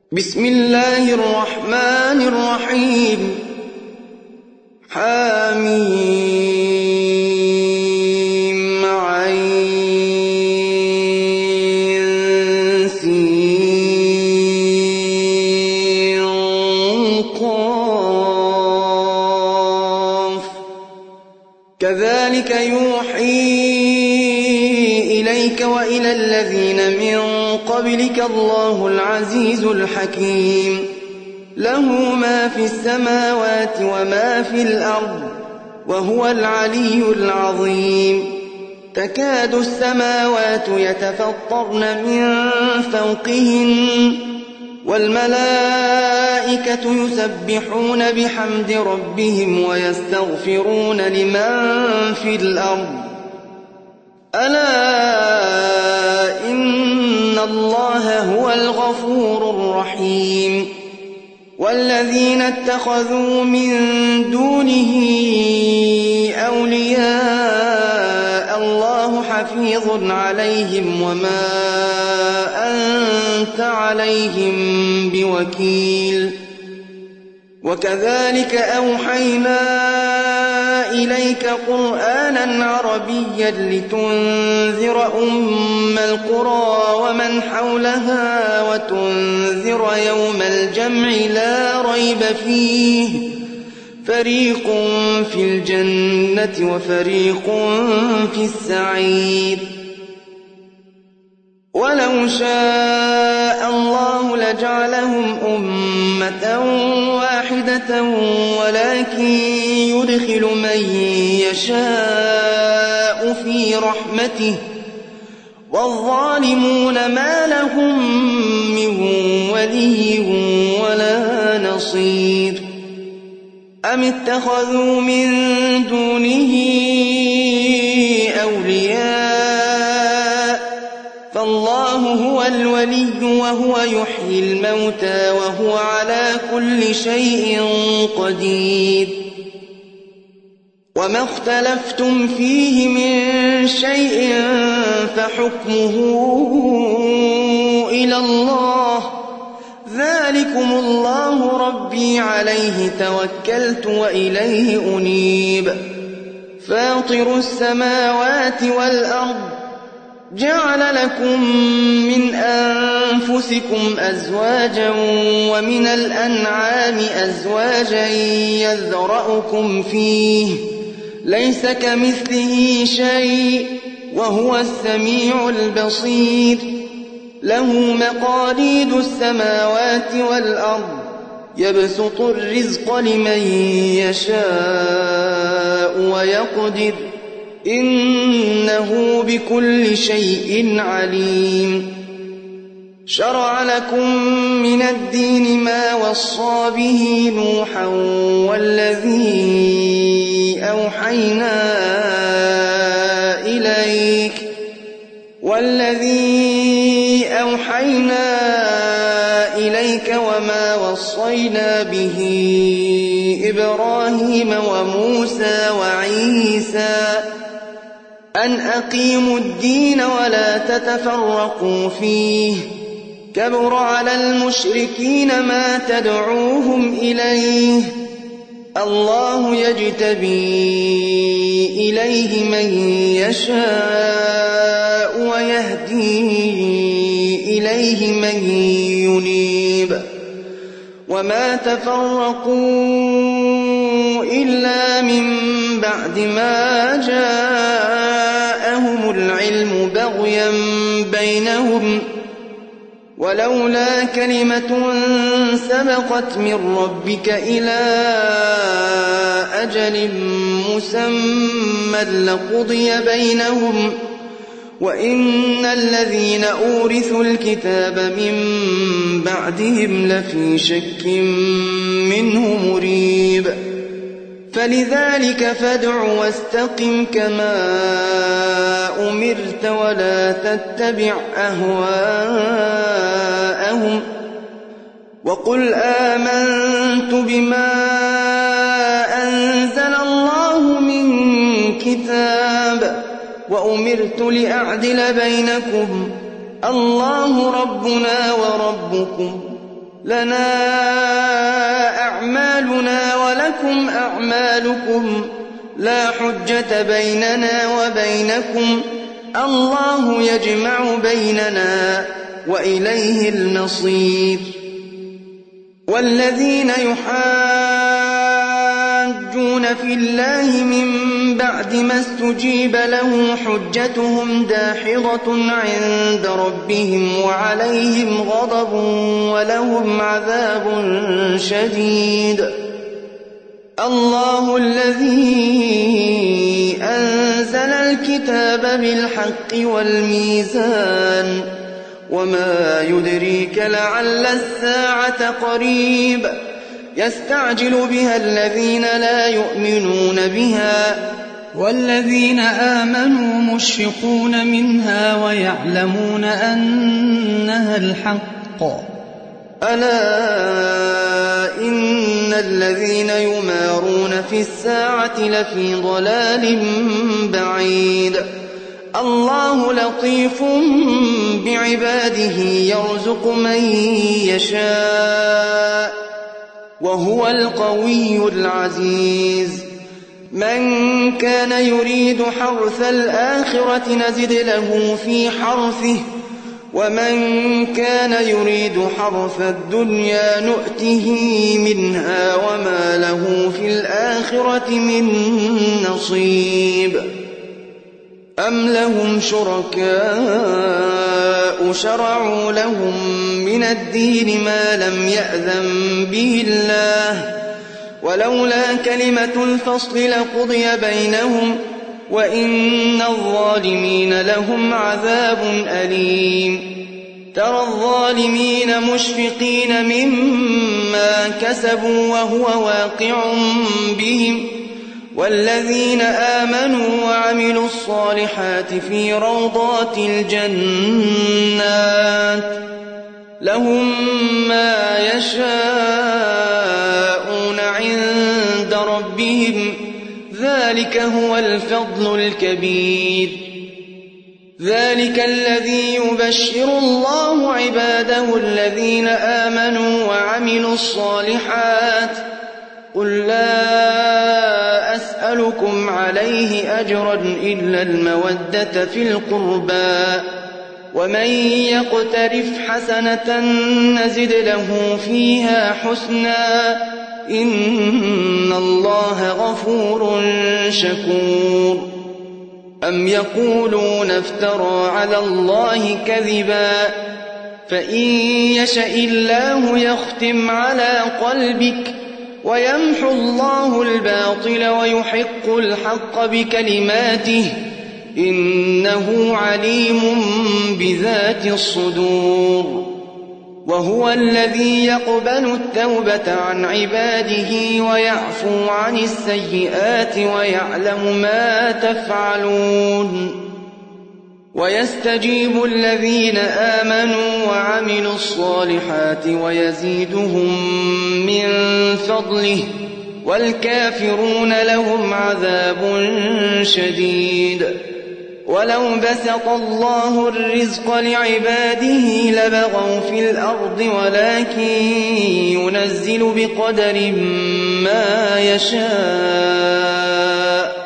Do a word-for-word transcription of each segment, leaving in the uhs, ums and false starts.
بسم الله الرحمن الرحيم حميم عين سين قاف كذلك يوحي إليك وإلى الذين من قبلك الله العزيز الحكيم له ما في السماوات وما في الأرض وهو العلي العظيم تكاد السماوات يتفطرن من فوقهن والملائكة يسبحون بحمد ربهم ويستغفرون لمن في الأرض ألا إن الله هو الغفور الرحيم والذين اتخذوا من دونه أولياء الله حفيظ عليهم وما أنت عليهم بوكيل وكذلك أوحينا إليك قرآنا عربيا لتنذر أم القرى ومن حولها وتنذر يوم الجمع لا ريب فيه فريق في الجنة وفريق في السعير ولو شاء الله لجعلهم أمة واحدة ولكن يدخل من يشاء في رحمته والظالمون ما لهم من ولي ولا نصير أم اتخذوا من دونه أولياء فالله هو الولي وهو يحيي الموتى وهو على كل شيء قدير وما اختلفتم فيه من شيء فحكمه إلى الله ذلكم الله ربي عليه توكلت وإليه أنيب فاطر السماوات والأرض جعل لكم من أنفسكم أزواجا ومن الأنعام أزواجا يذرأكم فيه ليس كمثله شيء وهو السميع البصير له مقاليد السماوات والأرض يبسط الرزق لمن يشاء ويقدر إنه بكل شيء عليم شرع لكم من الدين ما وصى به نوحا والذي أوحينا إليك والذي أوحينا إليك وما وصينا به إبراهيم وموسى وعيسى أن أقيموا الدين ولا تتفرقوا فيه كبر على المشركين ما تدعوهم إليه الله يجتبي إليه من يشاء ويهدي إليه من ينيب وما تفرقوا إلا من بعد ما جاءهم العلم بغيا بينهم ولولا كلمة سبقت من ربك إلى أجل مسمى لقضي بينهم وإن الذين أورثوا الكتاب من بعدهم لفي شك منه مريب فلذلك فادع واستقم كما أمرت ولا تتبع أهواءهم وقل آمنت بما أنزل الله من كتاب وأمرت لأعدل بينكم الله ربنا وربكم لنا أعمالنا ولكم أعمالكم لا حجة بيننا وبينكم الله يجمع بيننا وإليه المصير. والذين يحاجون في الله من بعد ما استجيب له حجتهم داحضة عند ربهم وعليهم غضب ولهم عذاب شديد. الله الذي أنزل الكتاب بالحق والميزان وما يدريك لعل الساعة قريب يستعجل بها الذين لا يؤمنون بها والذين آمنوا مشفقون منها ويعلمون أنها الحق. ألا إن الذين يمارون في الساعة لفي ضلال بعيد. الله لطيف بعباده يرزق من يشاء وهو القوي العزيز. من كان يريد حرث الآخرة نزد له في حرثه ومن كان يريد حرث الدنيا نؤته منها وما له في الآخرة من نصيب. أم لهم شركاء شرعوا لهم من الدين ما لم يأذن به الله ولولا كلمة الفصل لقضي بينهم وإن الظالمين لهم عذاب أليم. ترى الظالمين مشفقين مما كسبوا وهو واقع بهم والذين آمنوا وعملوا الصالحات في روضات الجنات لهم ما يشاءون عند ربهم ذلك هو الفضل الكبير. ذلك الذي يبشر الله عباده الذين آمنوا وعملوا الصالحات قل لا أسألكم عليه أجرا إلا المودة في القربى ومن يقترف حسنة نزد له فيها حسنا إن الله غفور شكور. أم يقولون افترى على الله كذبا فإن يشأ الله يختم على قلبك ويمحو الله الباطل ويحق الحق بكلماته إنه عليم بذات الصدور. وهو الذي يقبل التوبة عن عباده ويعفو عن السيئات ويعلم ما تفعلون. ويستجيب الذين آمنوا وعملوا الصالحات ويزيدهم من فضله والكافرون لهم عذاب شديد. ولو بسط الله الرزق لعباده لبغوا في الأرض ولكن ينزل بقدر ما يشاء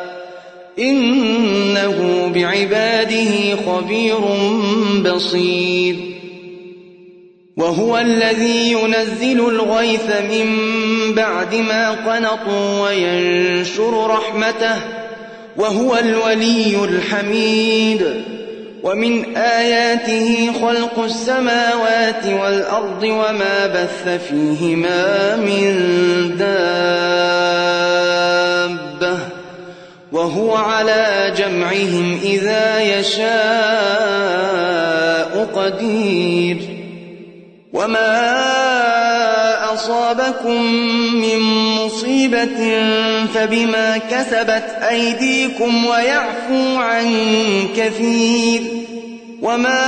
إنه بعباده خبير بصير. وهو الذي ينزل الغيث من بعد ما قنطوا وينشر رحمته وهو الولي الحميد. ومن آياته خلق السماوات والأرض وما بث فيهما من دابة وهو على جمعهم إذا يشاء قدير. وما أصابكم من مصيبة فبما كسبت أيديكم ويعفو عن كثير. وما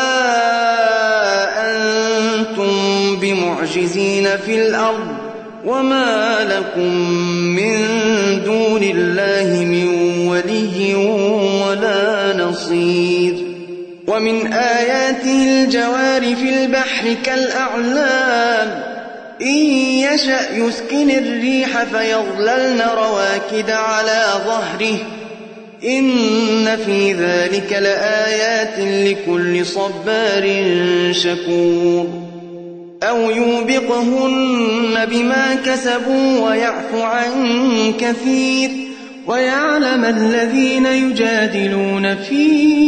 أنتم بمعجزين في الأرض وما لكم من دون الله من ولي ولا نصير. ومن آياته الجوار في البحر كالأعلام إن يشأ يسكن الريح فيظللن رواكد على ظهره إن في ذلك لآيات لكل صبار شكور أو يوبقهن بما كسبوا ويعفو عن كثير ويعلم الذين يجادلون في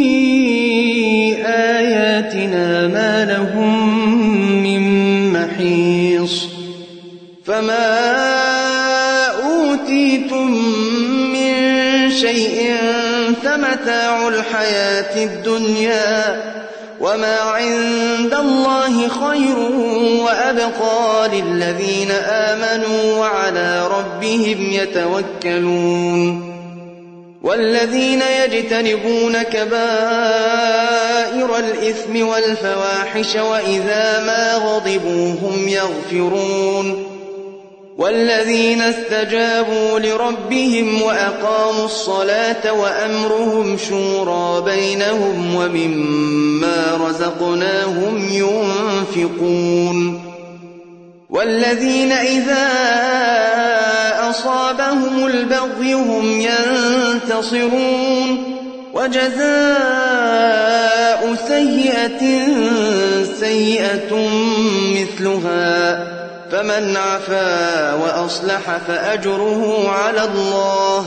آياتنا ما لهم من محيص فما أوتيتم من شيء فمتاع الحياة الدنيا وما عند الله خير وأبقى للذين آمنوا وعلى ربهم يتوكلون والذين يجتنبون كبائر الإثم والفواحش وإذا ما غضبوا هم يغفرون والذين استجابوا لربهم وأقاموا الصلاة وأمرهم شورى بينهم ومما رزقناهم ينفقون والذين إذا أصابهم البغي هم ينتصرون وجزاء سيئة سيئة مثلها فمن عفا وأصلح فأجره على الله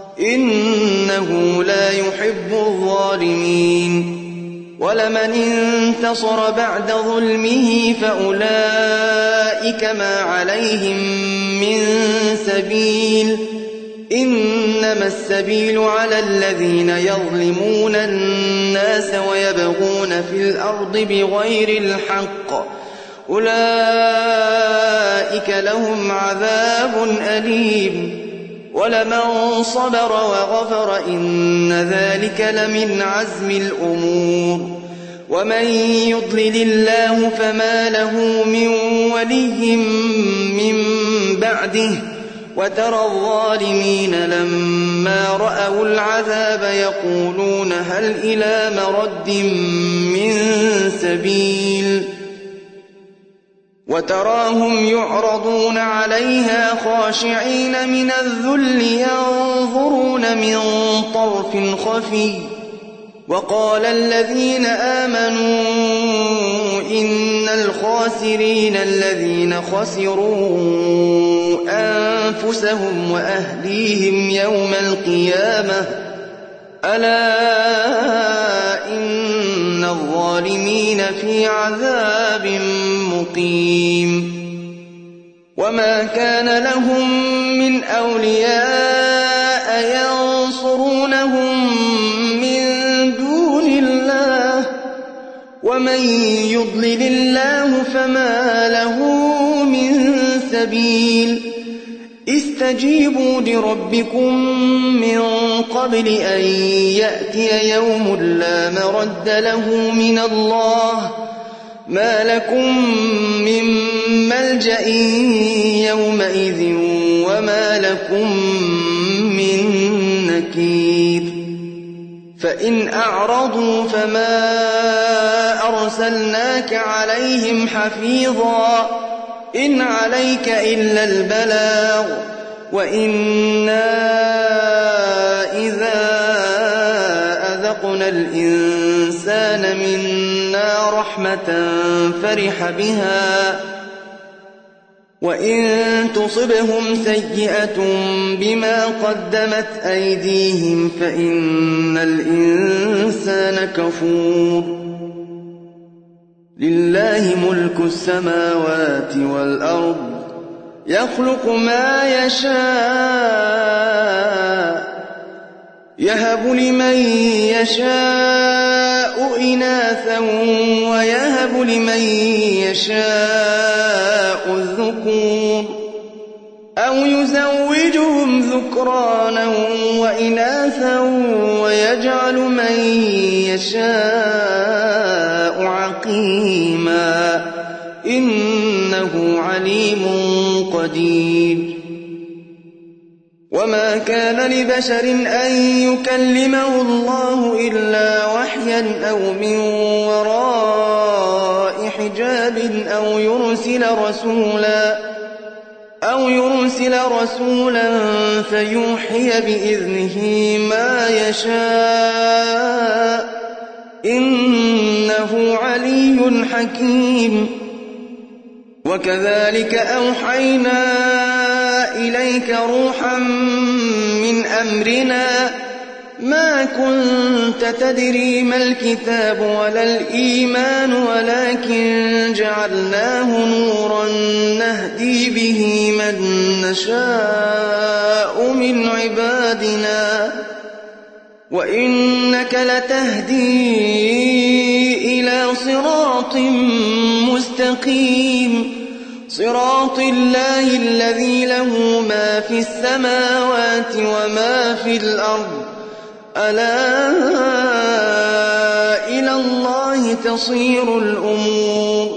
إنه لا يحب الظالمين ولمن انتصر بعد ظلمه فأولئك ما عليهم من سبيل إنما السبيل على الذين يظلمون الناس ويبغون في الأرض بغير الحق أولئك لهم عذاب أليم ولمن صبر وغفر إن ذلك لمن عزم الأمور ومن يضلل الله فما له من ولي من بعده وترى الظالمين لما رأوا العذاب يقولون هل إلى مرد من سبيل وتراهم يعرضون عليها خاشعين من الذل ينظرون من طرف خفي وقال الذين آمنوا إن الخاسرين الذين خسروا أنفسهم وأهليهم يوم القيامة ألا إن الظالمين في عذاب مقيم وما كان لهم من أولياء ينصرونهم من دون الله ومن يضلل الله فما له من سبيل استجيبوا لربكم من قبل أن يأتي يوم لا مرد له من الله ما لكم من ملجأ يومئذ وما لكم من نكير فإن أعرضوا فما أرسلناك عليهم حفيظا إن عليك إلا البلاغ وإنا إذا أذقنا الإنسان منا رحمة فرح بها وإن تصبهم سيئة بما قدمت أيديهم فإن الإنسان كفور لله ملك السماوات والأرض يخلق ما يشاء يهب لمن يشاء إناثا ويهب لمن يشاء الذكور أو يزوجهم ذكرانا وإناثا ويجعل من يشاء عقيما إنه عليم قدير وما كان لبشر أن يكلمه الله إلا وحيا أو من وراء حجاب حجاب أو يرسل رسولا أو يرسل رسولا فيوحي بإذنه ما يشاء إنه علي حكيم. وكذلك أوحينا إليك روحا من أمرنا ما كنت تدري ما الكتاب ولا الإيمان ولكن جعلناه نورا نهدي به من نشاء من عبادنا وإنك لتهدي إلى صراط مستقيم صراط الله الذي له ما في السماوات وما في الأرض ألا إلى الله تصير الأمور